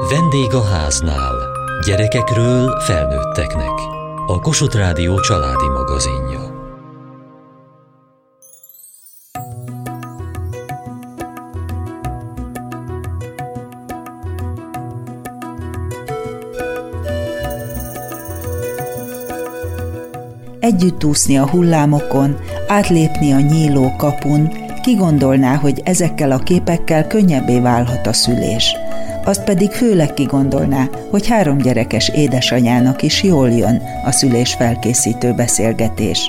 Vendég a háznál. Gyerekekről felnőtteknek. A Kossuth Rádió családi magazinja. Együtt úszni a hullámokon, átlépni a nyíló kapun, ki gondolná, hogy ezekkel a képekkel könnyebbé válhat a szülés. Azt pedig főleg ki gondolná, hogy 3 gyerekes édesanyának is jól jön a szülés felkészítő beszélgetés.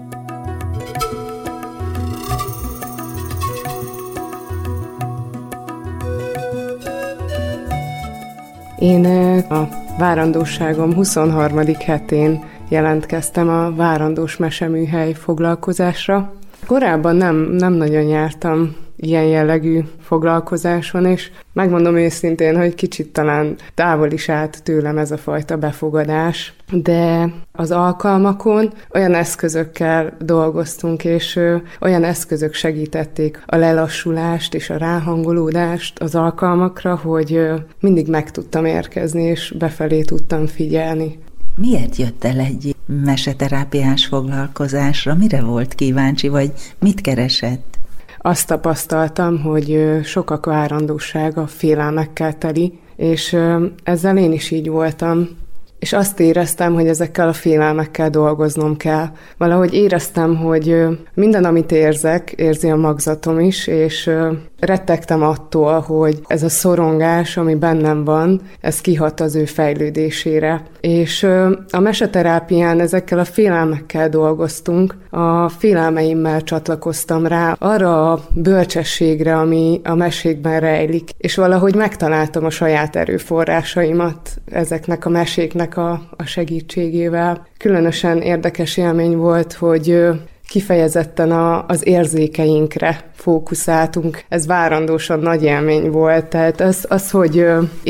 Én a várandóságom 23. hetén jelentkeztem a várandós meseműhely foglalkozásra. Korábban nem nagyon jártam ilyen jellegű foglalkozáson, és megmondom őszintén, hogy kicsit talán távol is állt tőlem ez a fajta befogadás, de az alkalmakon olyan eszközökkel dolgoztunk, és olyan eszközök segítették a lelassulást és a ráhangolódást az alkalmakra, hogy mindig meg tudtam érkezni, és befelé tudtam figyelni. Miért jött el egy meseterápiás foglalkozásra? Mire volt kíváncsi, vagy mit keresett? Azt tapasztaltam, hogy sokak várandósága félelmekkel teli, és ezzel én is így voltam. És azt éreztem, hogy ezekkel a félelmekkel dolgoznom kell. Valahogy éreztem, hogy minden, amit érzek, érzi a magzatom is, és rettegtem attól, hogy ez a szorongás, ami bennem van, ez kihat az ő fejlődésére. És a meseterápián ezekkel a félelmekkel dolgoztunk, a félelmeimmel csatlakoztam rá arra a bölcsességre, ami a mesékben rejlik, és valahogy megtaláltam a saját erőforrásaimat ezeknek a meséknek a segítségével. Különösen érdekes élmény volt, hogy kifejezetten az érzékeinkre fókuszáltunk. Ez várandósan nagy élmény volt, tehát az, hogy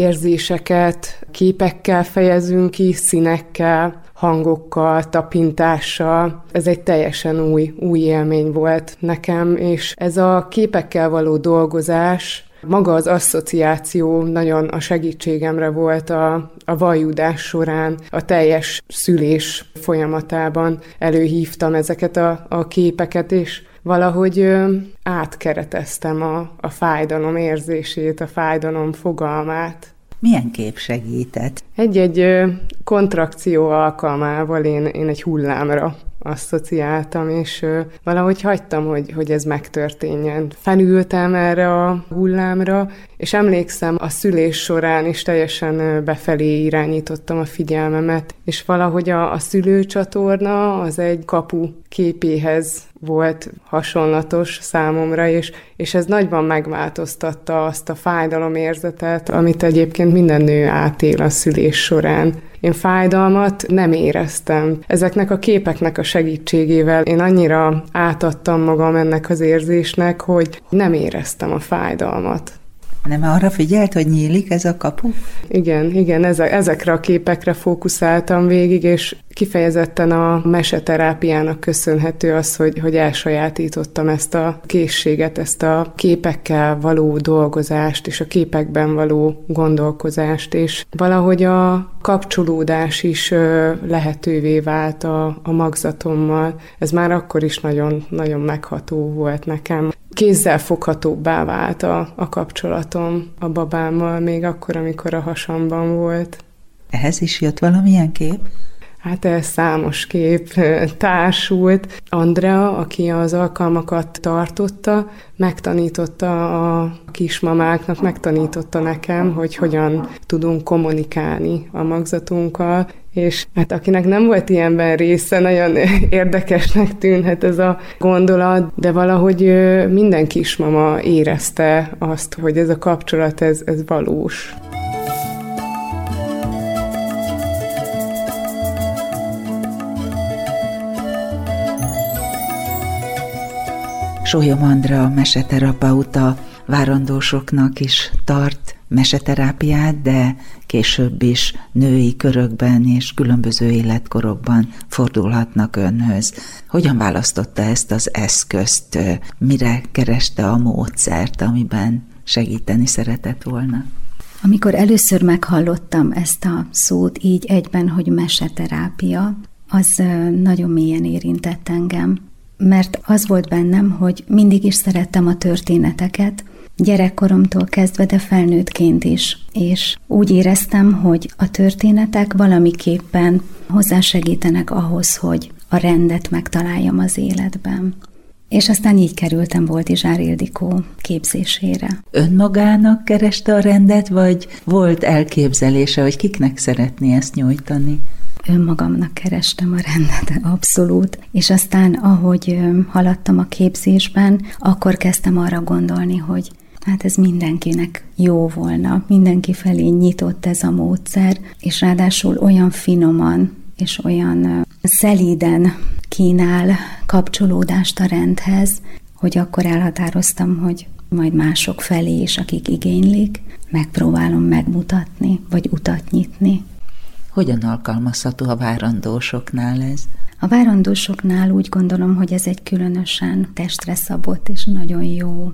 érzéseket képekkel fejezünk ki, színekkel, hangokkal, tapintással. Ez egy teljesen új élmény volt nekem, és ez a képekkel való dolgozás, maga az asszociáció nagyon a segítségemre volt a vajudás során, a teljes szülés folyamatában előhívtam ezeket a képeket, és valahogy átkereteztem a fájdalom érzését, a fájdalom fogalmát. Milyen kép segített? Egy kontrakció alkalmával én egy hullámra asszociáltam, és valahogy hagytam, hogy ez megtörténjen. Felültem erre a hullámra, és emlékszem, a szülés során is teljesen befelé irányítottam a figyelmemet, és valahogy a szülőcsatorna az egy kapu képéhez volt hasonlatos számomra, és ez nagyban megváltoztatta azt a fájdalomérzetet, amit egyébként minden nő átél a szülés során. Én fájdalmat nem éreztem. Ezeknek a képeknek a segítségével én annyira átadtam magam ennek az érzésnek, hogy nem éreztem a fájdalmat. Nem arra figyelt, hogy nyílik ez a kapu? Igen, ezekre a képekre fókuszáltam végig, és kifejezetten a meseterápiának köszönhető az, hogy elsajátítottam ezt a készséget, ezt a képekkel való dolgozást, és a képekben való gondolkozást, és valahogy a kapcsolódás is lehetővé vált a magzatommal. Ez már akkor is nagyon, nagyon megható volt nekem. Kézzel foghatóbbá vált a kapcsolatom a babámmal, még akkor, amikor a hasamban volt. Ehhez is jött valamilyen kép? Hát ez számos kép társult. Andrea, aki az alkalmakat tartotta, megtanította a kismamáknak, megtanította nekem, hogy hogyan tudunk kommunikálni a magzatunkkal, és hát akinek nem volt ilyenben része, nagyon érdekesnek tűnhet ez a gondolat, de valahogy minden kismama érezte azt, hogy ez a kapcsolat, ez valós. Sólyom Andrea meseterapeuta várandósoknak is tart meseterápiát, de később is női körökben és különböző életkorokban fordulhatnak önhöz. Hogyan választotta ezt az eszközt? Mire kereste a módszert, amiben segíteni szeretett volna? Amikor először meghallottam ezt a szót így egyben, hogy meseterápia, az nagyon mélyen érintett engem, mert az volt bennem, hogy mindig is szerettem a történeteket, gyerekkoromtól kezdve, de felnőttként is. És úgy éreztem, hogy a történetek valamiképpen hozzásegítenek ahhoz, hogy a rendet megtaláljam az életben. És aztán így kerültem Boldizsár Ildikó képzésére. Önmagának kereste a rendet, vagy volt elképzelése, hogy kiknek szeretné ezt nyújtani? Önmagamnak kerestem a rendet, abszolút. És aztán, ahogy haladtam a képzésben, akkor kezdtem arra gondolni, hogy hát ez mindenkinek jó volna, mindenki felé nyitott ez a módszer, és ráadásul olyan finoman és olyan szelíden kínál kapcsolódást a rendhez, hogy akkor elhatároztam, hogy majd mások felé is, akik igénylik, megpróbálom megmutatni, vagy utat nyitni. Hogyan alkalmazható a várandósoknál ez? A várandósoknál úgy gondolom, hogy ez egy különösen testre szabott és nagyon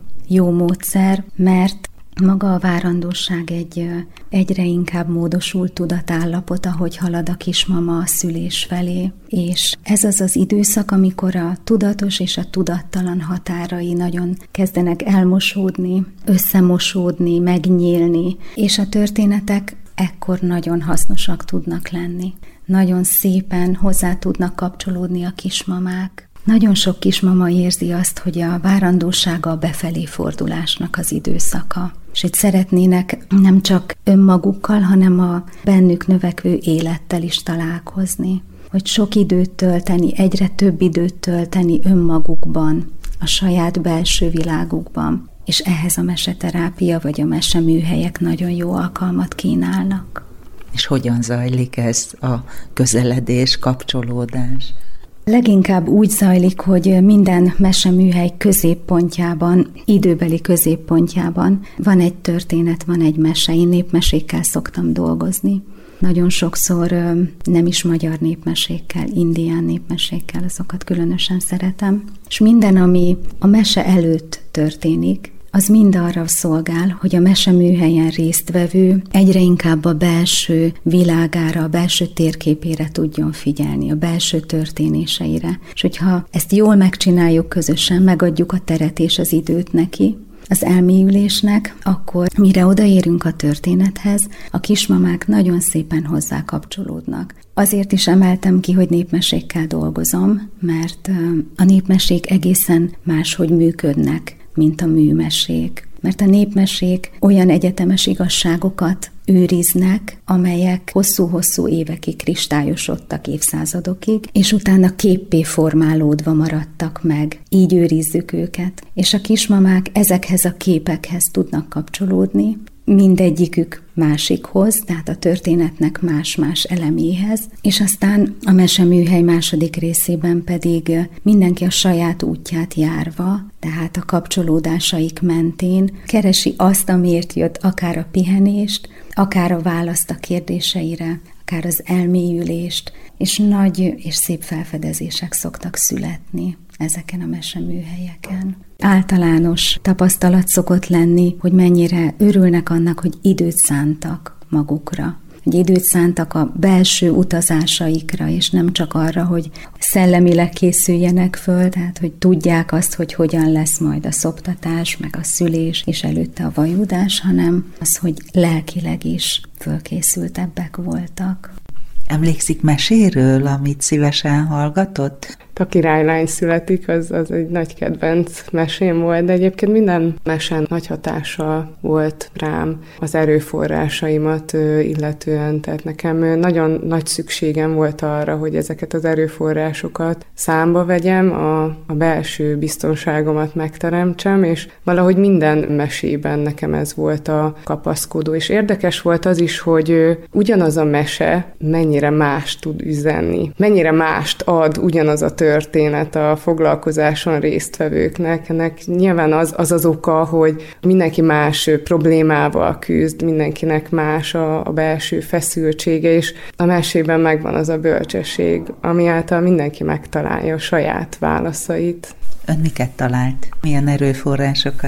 jó módszer, mert maga a várandóság egy egyre inkább módosult tudatállapot, ahogy halad a kismama a szülés felé. És ez az az időszak, amikor a tudatos és a tudattalan határai nagyon kezdenek elmosódni, összemosódni, megnyílni, és a történetek ekkor nagyon hasznosak tudnak lenni. Nagyon szépen hozzá tudnak kapcsolódni a kismamák. Nagyon sok kismama érzi azt, hogy a várandósága a befelé fordulásnak az időszaka. És itt szeretnének nem csak önmagukkal, hanem a bennük növekvő élettel is találkozni. Hogy sok időt tölteni, egyre több időt tölteni önmagukban, a saját belső világukban. És ehhez a meseterápia vagy a meseműhelyek nagyon jó alkalmat kínálnak. És hogyan zajlik ez a közeledés, kapcsolódás? Leginkább úgy zajlik, hogy minden meseműhely középpontjában, időbeli középpontjában van egy történet, van egy mese. Én népmesékkel szoktam dolgozni. Nagyon sokszor nem is magyar népmesékkel, indián népmesékkel, azokat különösen szeretem. És minden, ami a mese előtt történik, az mind arra szolgál, hogy a meseműhelyen résztvevő egyre inkább a belső világára, a belső térképére tudjon figyelni, a belső történéseire. És hogyha ezt jól megcsináljuk közösen, megadjuk a teret és az időt neki, az elmélyülésnek, akkor mire odaérünk a történethez, a kismamák nagyon szépen hozzá kapcsolódnak. Azért is emeltem ki, hogy népmesékkel dolgozom, mert a népmesék egészen máshogy működnek, mint a műmesék. Mert a népmesék olyan egyetemes igazságokat őriznek, amelyek hosszú-hosszú évekig kristályosodtak, évszázadokig, és utána képpé formálódva maradtak meg. Így őrizzük őket. És a kismamák ezekhez a képekhez tudnak kapcsolódni, mindegyikük másikhoz, tehát a történetnek más-más eleméhez, és aztán a meseműhely második részében pedig mindenki a saját útját járva, tehát a kapcsolódásaik mentén keresi azt, amiért jött, akár a pihenést, akár a választ a kérdéseire, akár az elmélyülést, és nagy és szép felfedezések szoktak születni ezeken a meseműhelyeken. Általános tapasztalat szokott lenni, hogy mennyire örülnek annak, hogy időt szántak magukra. Hogy időt szántak a belső utazásaikra, és nem csak arra, hogy szellemileg készüljenek föl, tehát hogy tudják azt, hogy hogyan lesz majd a szoptatás, meg a szülés, és előtte a vajudás, hanem az, hogy lelkileg is fölkészültebbek voltak. Emlékszik meséről, amit szívesen hallgatott? A királylány születik, az egy nagy kedvenc mesém volt, de egyébként minden mesen nagy hatással volt rám az erőforrásaimat illetően, tehát nekem nagyon nagy szükségem volt arra, hogy ezeket az erőforrásokat számba vegyem, a belső biztonságomat megteremtsem, és valahogy minden mesében nekem ez volt a kapaszkodó. És érdekes volt az is, hogy ugyanaz a mese mennyire mást tud üzenni, mennyire mást ad ugyanaz a történet a foglalkozáson résztvevőknek. Ennek nyilván az oka, hogy mindenki más problémával küzd, mindenkinek más a belső feszültsége, és a mesében megvan az a bölcsesség, ami által mindenki megtalálja a saját válaszait. Ön miket talált? Milyen erőforrásokat?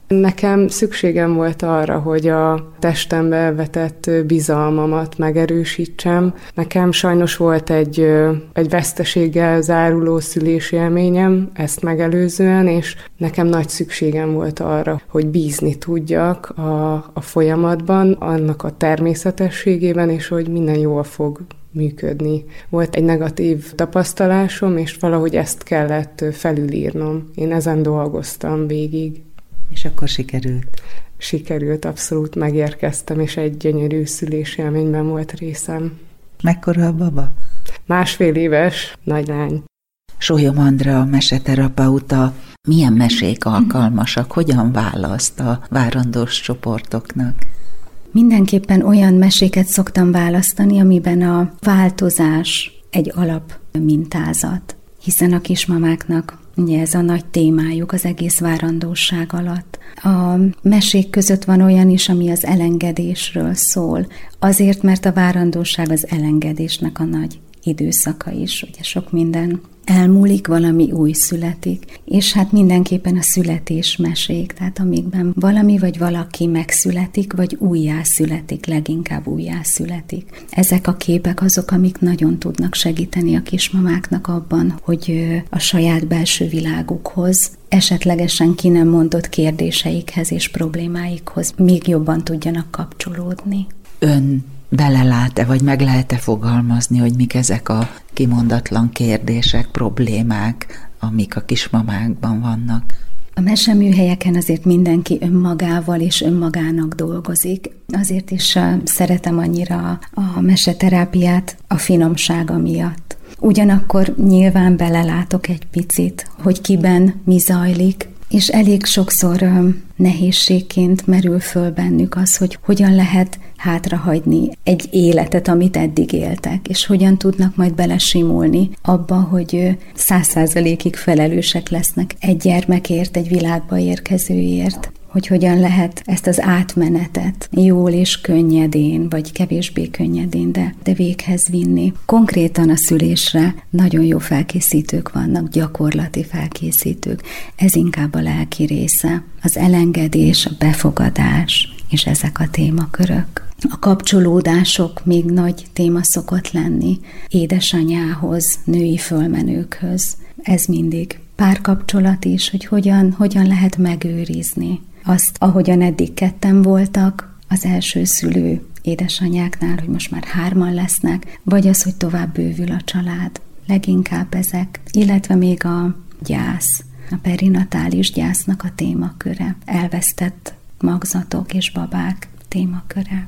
Nekem szükségem volt arra, hogy a testembe vetett bizalmamat megerősítsem. Nekem sajnos volt egy veszteséggel záruló szülési élményem ezt megelőzően, és nekem nagy szükségem volt arra, hogy bízni tudjak a folyamatban, annak a természetességében, és hogy minden jól fog működni. Volt egy negatív tapasztalásom, és valahogy ezt kellett felülírnom. Én ezen dolgoztam végig. És akkor sikerült? Sikerült, abszolút megérkeztem, és egy gyönyörű szülésélményben volt részem. Mekkora a baba? 1,5 éves, nagylány. Sólyom Andrea, meseterapeuta, milyen mesék alkalmasak, hogyan választ a várandós csoportoknak? Mindenképpen olyan meséket szoktam választani, amiben a változás egy alapmintázat, hiszen a kismamáknak ugye ez a nagy témájuk az egész várandóság alatt. A mesék között van olyan is, ami az elengedésről szól, azért, mert a várandóság az elengedésnek a nagy időszaka is, ugye sok minden elmúlik, valami új születik, és hát mindenképpen a születésmesék, tehát amikben valami vagy valaki megszületik, vagy újjászületik, leginkább újjászületik. Ezek a képek azok, amik nagyon tudnak segíteni a kismamáknak abban, hogy a saját belső világukhoz, esetlegesen ki nem mondott kérdéseikhez és problémáikhoz még jobban tudjanak kapcsolódni. Ön belelát-e, vagy meg lehet-e fogalmazni, hogy mik ezek a kimondatlan kérdések, problémák, amik a kismamákban vannak? A meseműhelyeken azért mindenki önmagával és önmagának dolgozik. Azért is szeretem annyira a meseterápiát a finomsága miatt. Ugyanakkor nyilván belelátok egy picit, hogy kiben mi zajlik, és elég sokszor nehézségként merül föl bennük az, hogy hogyan lehet hátrahagyni egy életet, amit eddig éltek, és hogyan tudnak majd belesimulni abba, hogy 100%-ig felelősek lesznek egy gyermekért, egy világba érkezőért, hogy hogyan lehet ezt az átmenetet jól és könnyedén, vagy kevésbé könnyedén, de véghez vinni. Konkrétan a szülésre nagyon jó felkészítők vannak, gyakorlati felkészítők. Ez inkább a lelki része. Az elengedés, a befogadás, és ezek a témakörök. A kapcsolódások még nagy téma szokott lenni édesanyához, női fölmenőkhöz. Ez mindig párkapcsolat is, hogy hogyan lehet megőrizni azt, ahogyan eddig ketten voltak az első szülő édesanyáknál, hogy most már 3 lesznek, vagy az, hogy tovább bővül a család. Leginkább ezek, illetve még a gyász, a perinatális gyásznak a témaköre, elvesztett magzatok és babák témaköre.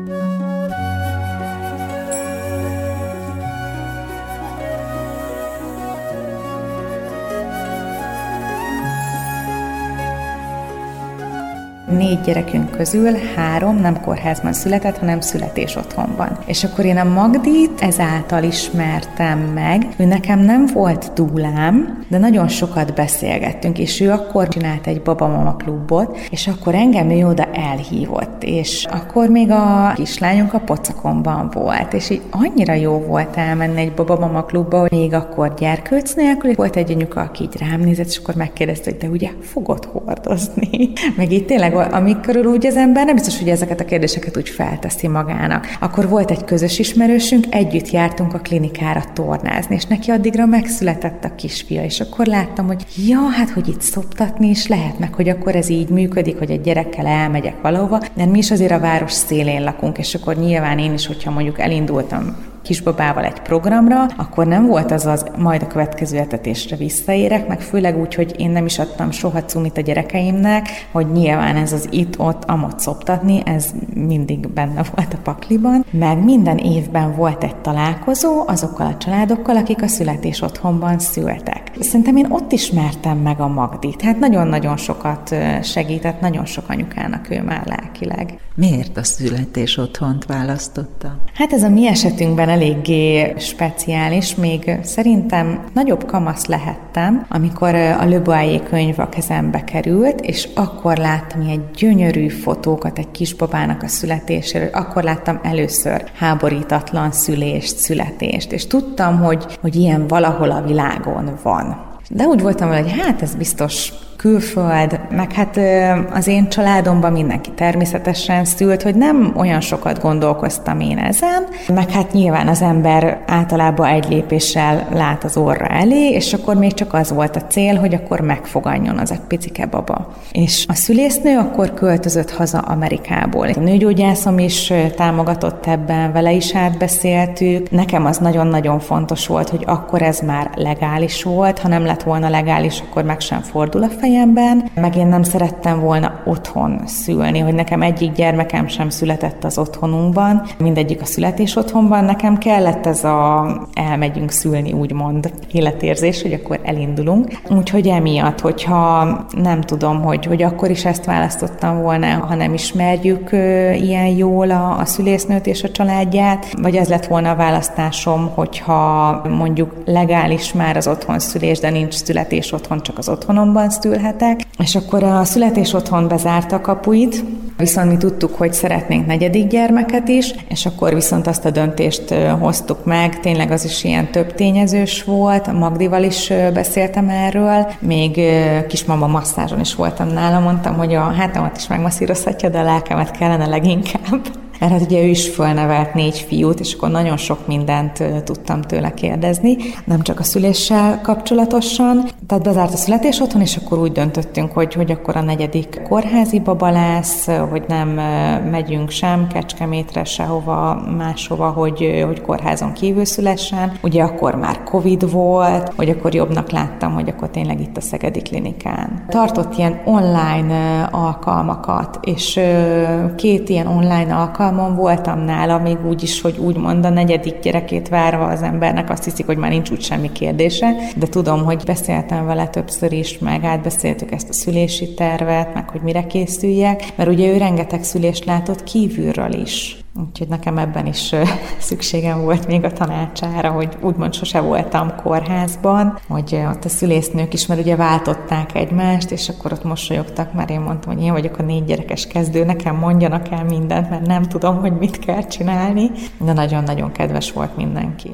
Négy gyerekünk közül 3 nem kórházban született, hanem születésotthonban. És akkor én a Magdit ezáltal ismertem meg. Ő nekem nem volt dúlám, de nagyon sokat beszélgettünk, és ő akkor csinált egy babamama klubot, és akkor engem ő oda elhívott, és akkor még a kislányunk a Pocakonban volt, és így annyira jó volt elmenni egy babamama klubba, hogy még akkor gyerkőc nélkül volt egy anyuka, aki így rám nézett, és akkor megkérdezte, hogy de ugye fogod hordozni? Meg így tényleg, amikor úgy az ember nem biztos, hogy ezeket a kérdéseket úgy felteszi magának. Akkor volt egy közös ismerősünk, együtt jártunk a klinikára tornázni, és neki addigra megszületett a kisfia, és akkor láttam, hogy hát, hogy itt szoptatni is lehet, meg hogy akkor ez így működik, hogy egy gyerekkel elmegyek valahova, de mi is azért a város szélén lakunk, és akkor nyilván én is, hogyha mondjuk elindultam kisbabával egy programra, akkor nem volt az majd a következő etetésre visszaérek, meg főleg úgy, hogy én nem is adtam soha cumit a gyerekeimnek, hogy nyilván ez az itt-ott, amott szoptatni, ez mindig benne volt a pakliban, meg minden évben volt egy találkozó azokkal a családokkal, akik a születés otthonban szültek. Szerintem én ott ismertem meg a Magdit, hát nagyon-nagyon sokat segített, nagyon sok anyukának ő már lelkileg. Miért a születés otthont választotta? Hát ez a mi esetünkben eléggé speciális, még szerintem nagyobb kamasz lehettem, amikor a Le Boyer könyv a kezembe került, és akkor láttam egy gyönyörű fotókat egy kisbabának a születéséről, akkor láttam először háborítatlan születést, és tudtam, hogy ilyen valahol a világon van. De úgy voltam vele, hogy hát ez biztos külföld, meg hát az én családomban mindenki természetesen szült, hogy nem olyan sokat gondolkoztam én ezen, meg hát nyilván az ember általában egy lépéssel lát az orra elé, és akkor még csak az volt a cél, hogy akkor megfoganjon az egy picike baba. És a szülésznő akkor költözött haza Amerikából. A nőgyógyászom is támogatott ebben, vele is átbeszéltük. Nekem az nagyon-nagyon fontos volt, hogy akkor ez már legális volt, ha nem lett volna legális, akkor meg sem fordul a fejemben. Meg én nem szerettem volna otthon szülni, hogy nekem egyik gyermekem sem született az otthonunkban, mindegyik a születés otthonban. Nekem kellett ez elmegyünk szülni, úgymond életérzés, hogy akkor elindulunk. Úgyhogy emiatt, hogyha nem tudom, hogy akkor is ezt választottam volna, ha nem ismerjük ilyen jól a szülésznőt és a családját, vagy ez lett volna a választásom, hogyha mondjuk legális már az otthonszülés, de nincs születés otthon, csak az otthonomban szülhetek. És akkor a születés otthon bezárta a kapuit, viszont mi tudtuk, hogy szeretnénk 4. gyermeket is, és akkor viszont azt a döntést hoztuk meg, tényleg az is ilyen több tényezős volt, Magdival is beszéltem erről, még kismama masszázson is voltam nála, mondtam, hogy a hátamat is megmasszírozhatja, de a lelkemet kellene leginkább. Mert hát ugye ő is fölnevelt 4 fiút, és akkor nagyon sok mindent tudtam tőle kérdezni, nem csak a szüléssel kapcsolatosan. Tehát bezárt a születés otthon, és akkor úgy döntöttünk, hogy akkor a 4. kórházi baba lesz, hogy nem megyünk sem Kecskemétre, sehova máshova, hogy kórházon kívül szülessen. Ugye akkor már Covid volt, hogy akkor jobbnak láttam, hogy akkor tényleg itt a Szegedi Klinikán. Tartott ilyen online alkalmakat, és 2 ilyen online alkalmon voltam nála, még úgy is, hogy úgymond a 4. gyerekét várva az embernek azt hiszik, hogy már nincs úgy semmi kérdése, de tudom, hogy beszéltem vele többször is, meg átbeszéltük ezt a szülési tervet, meg hogy mire készüljek, mert ugye ő rengeteg szülést látott kívülről is. Úgyhogy nekem ebben is szükségem volt még a tanácsára, hogy úgymond sose voltam kórházban, hogy ott a szülésznők is, mert ugye váltották egymást, és akkor ott mosolyogtak, mert én mondtam, hogy én vagyok a 4 gyerekes kezdő, nekem mondjanak el mindent, mert nem tudom, hogy mit kell csinálni, de nagyon-nagyon kedves volt mindenki.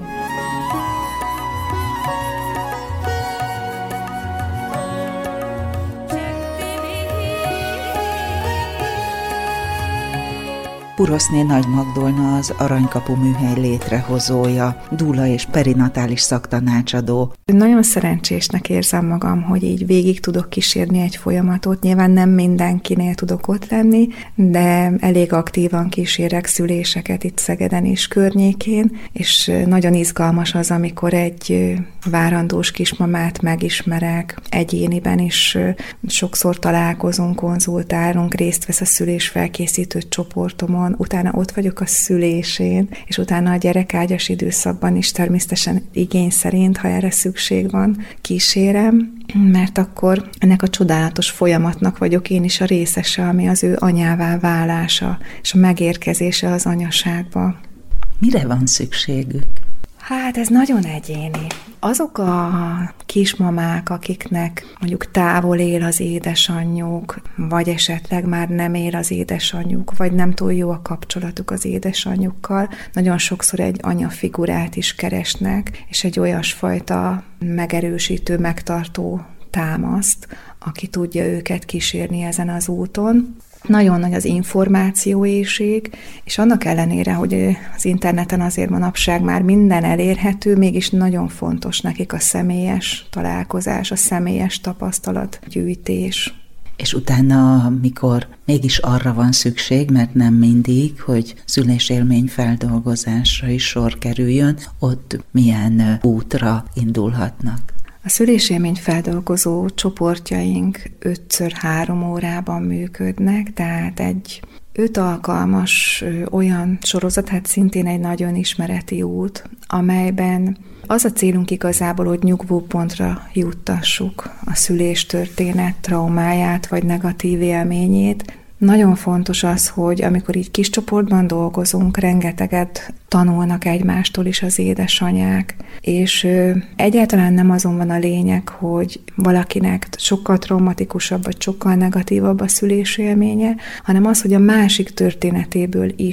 Puroszné Nagy Magdolna az Aranykapu műhely létrehozója, dúla és perinatális szaktanácsadó. Nagyon szerencsésnek érzem magam, hogy így végig tudok kísérni egy folyamatot. Nyilván nem mindenkinél tudok ott lenni, de elég aktívan kísérek szüléseket itt Szegeden és környékén, és nagyon izgalmas az, amikor egy várandós kismamát megismerek, egyéniben is sokszor találkozunk, konzultálunk, részt vesz a szülésfelkészítő csoportomon, utána ott vagyok a szülésén, és utána a gyerekágyas időszakban is természetesen igény szerint, ha erre szükség van, kísérem, mert akkor ennek a csodálatos folyamatnak vagyok én is a részese, ami az ő anyává válása, és a megérkezése az anyaságba. Mire van szükségük? Hát ez nagyon egyéni. Azok a kismamák, akiknek mondjuk távol él az édesanyjuk, vagy esetleg már nem él az édesanyjuk, vagy nem túl jó a kapcsolatuk az édesanyjukkal, nagyon sokszor egy anyafigurát is keresnek, és egy olyasfajta megerősítő, megtartó támaszt, aki tudja őket kísérni ezen az úton. Nagyon nagy az információéhség, és annak ellenére, hogy az interneten azért manapság már minden elérhető, mégis nagyon fontos nekik a személyes találkozás, a személyes tapasztalatgyűjtés. És utána, mikor mégis arra van szükség, mert nem mindig, hogy szülésélmény feldolgozásra is sor kerüljön, ott milyen útra indulhatnak? A szülésélményfeldolgozó csoportjaink 5x3 órában működnek, tehát egy 5 alkalmas olyan sorozat, hát szintén egy nagyon ismereti út, amelyben az a célunk igazából, hogy nyugvópontra juttassuk a szüléstörténet traumáját vagy negatív élményét. Nagyon fontos az, hogy amikor így kis csoportban dolgozunk, rengeteget tanulnak egymástól is az édesanyák, és egyáltalán nem azon van a lényeg, hogy valakinek sokkal traumatikusabb vagy sokkal negatívabb a szülésélménye, hanem az, hogy a másik történetéből is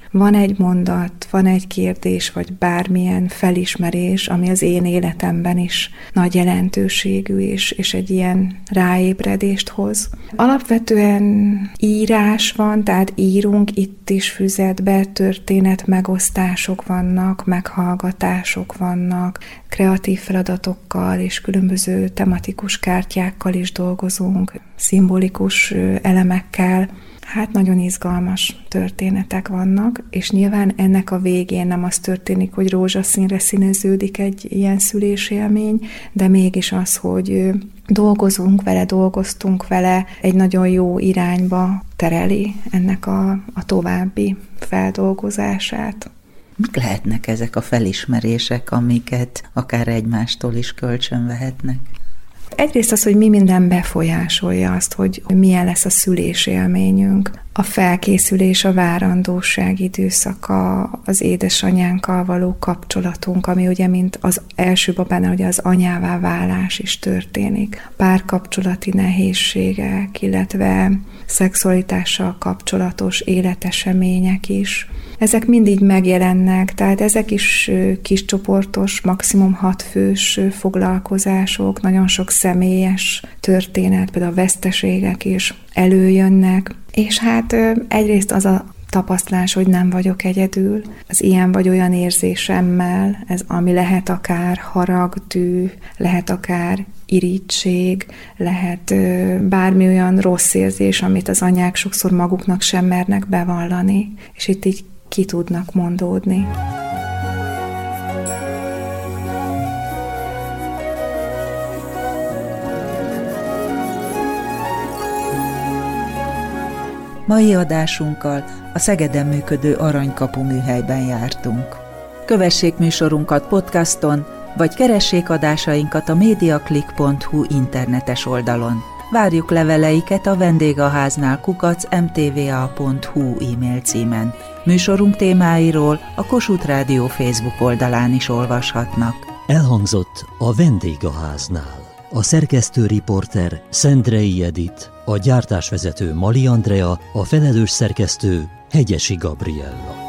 van egy mondat, van egy kérdés, vagy bármilyen felismerés, ami az én életemben is nagy jelentőségű, és egy ilyen ráébredést hoz. Alapvetően írás van, tehát írunk, itt is füzetbe történet megosztások vannak, meghallgatások vannak, kreatív feladatokkal és különböző tematikus kártyákkal is dolgozunk, szimbolikus elemekkel. Hát nagyon izgalmas történetek vannak, és nyilván ennek a végén nem az történik, hogy rózsaszínre színeződik egy ilyen szülésélmény, de mégis az, hogy dolgoztunk vele, egy nagyon jó irányba tereli ennek a további feldolgozását. Mik lehetnek ezek a felismerések, amiket akár egymástól is kölcsönvehetnek? Egyrészt az, hogy mi minden befolyásolja azt, hogy milyen lesz a szülésélményünk. A felkészülés, a várandóság időszaka, az édesanyánkkal való kapcsolatunk, ami ugye mint az első babánál ugye az anyává válás is történik. Párkapcsolati nehézségek, illetve szexualitással kapcsolatos életesemények is. Ezek mind így megjelennek, tehát ezek is kiscsoportos, maximum 6 fős foglalkozások, nagyon sok személyes történet, például a veszteségek is előjönnek, és hát egyrészt az a tapasztalás, hogy nem vagyok egyedül, az ilyen vagy olyan érzésemmel, ez ami lehet akár harag, düh, lehet akár irigység, lehet bármi olyan rossz érzés, amit az anyák sokszor maguknak sem mernek bevallani, és itt így ki tudnak mondódni. Mai adásunkkal a Szegeden működő Aranykapu műhelyben jártunk. Kövessék műsorunkat podcaston, vagy keressék adásainkat a mediaclick.hu internetes oldalon. Várjuk leveleiket a vendégháznál @mtva.hu e-mail címen. Műsorunk témáiról a Kossuth Rádió Facebook oldalán is olvashatnak. Elhangzott a vendégháznál. A szerkesztő riporter Szendrei Edith, a gyártásvezető Mali Andrea, a felelős szerkesztő Hegyesi Gabriella.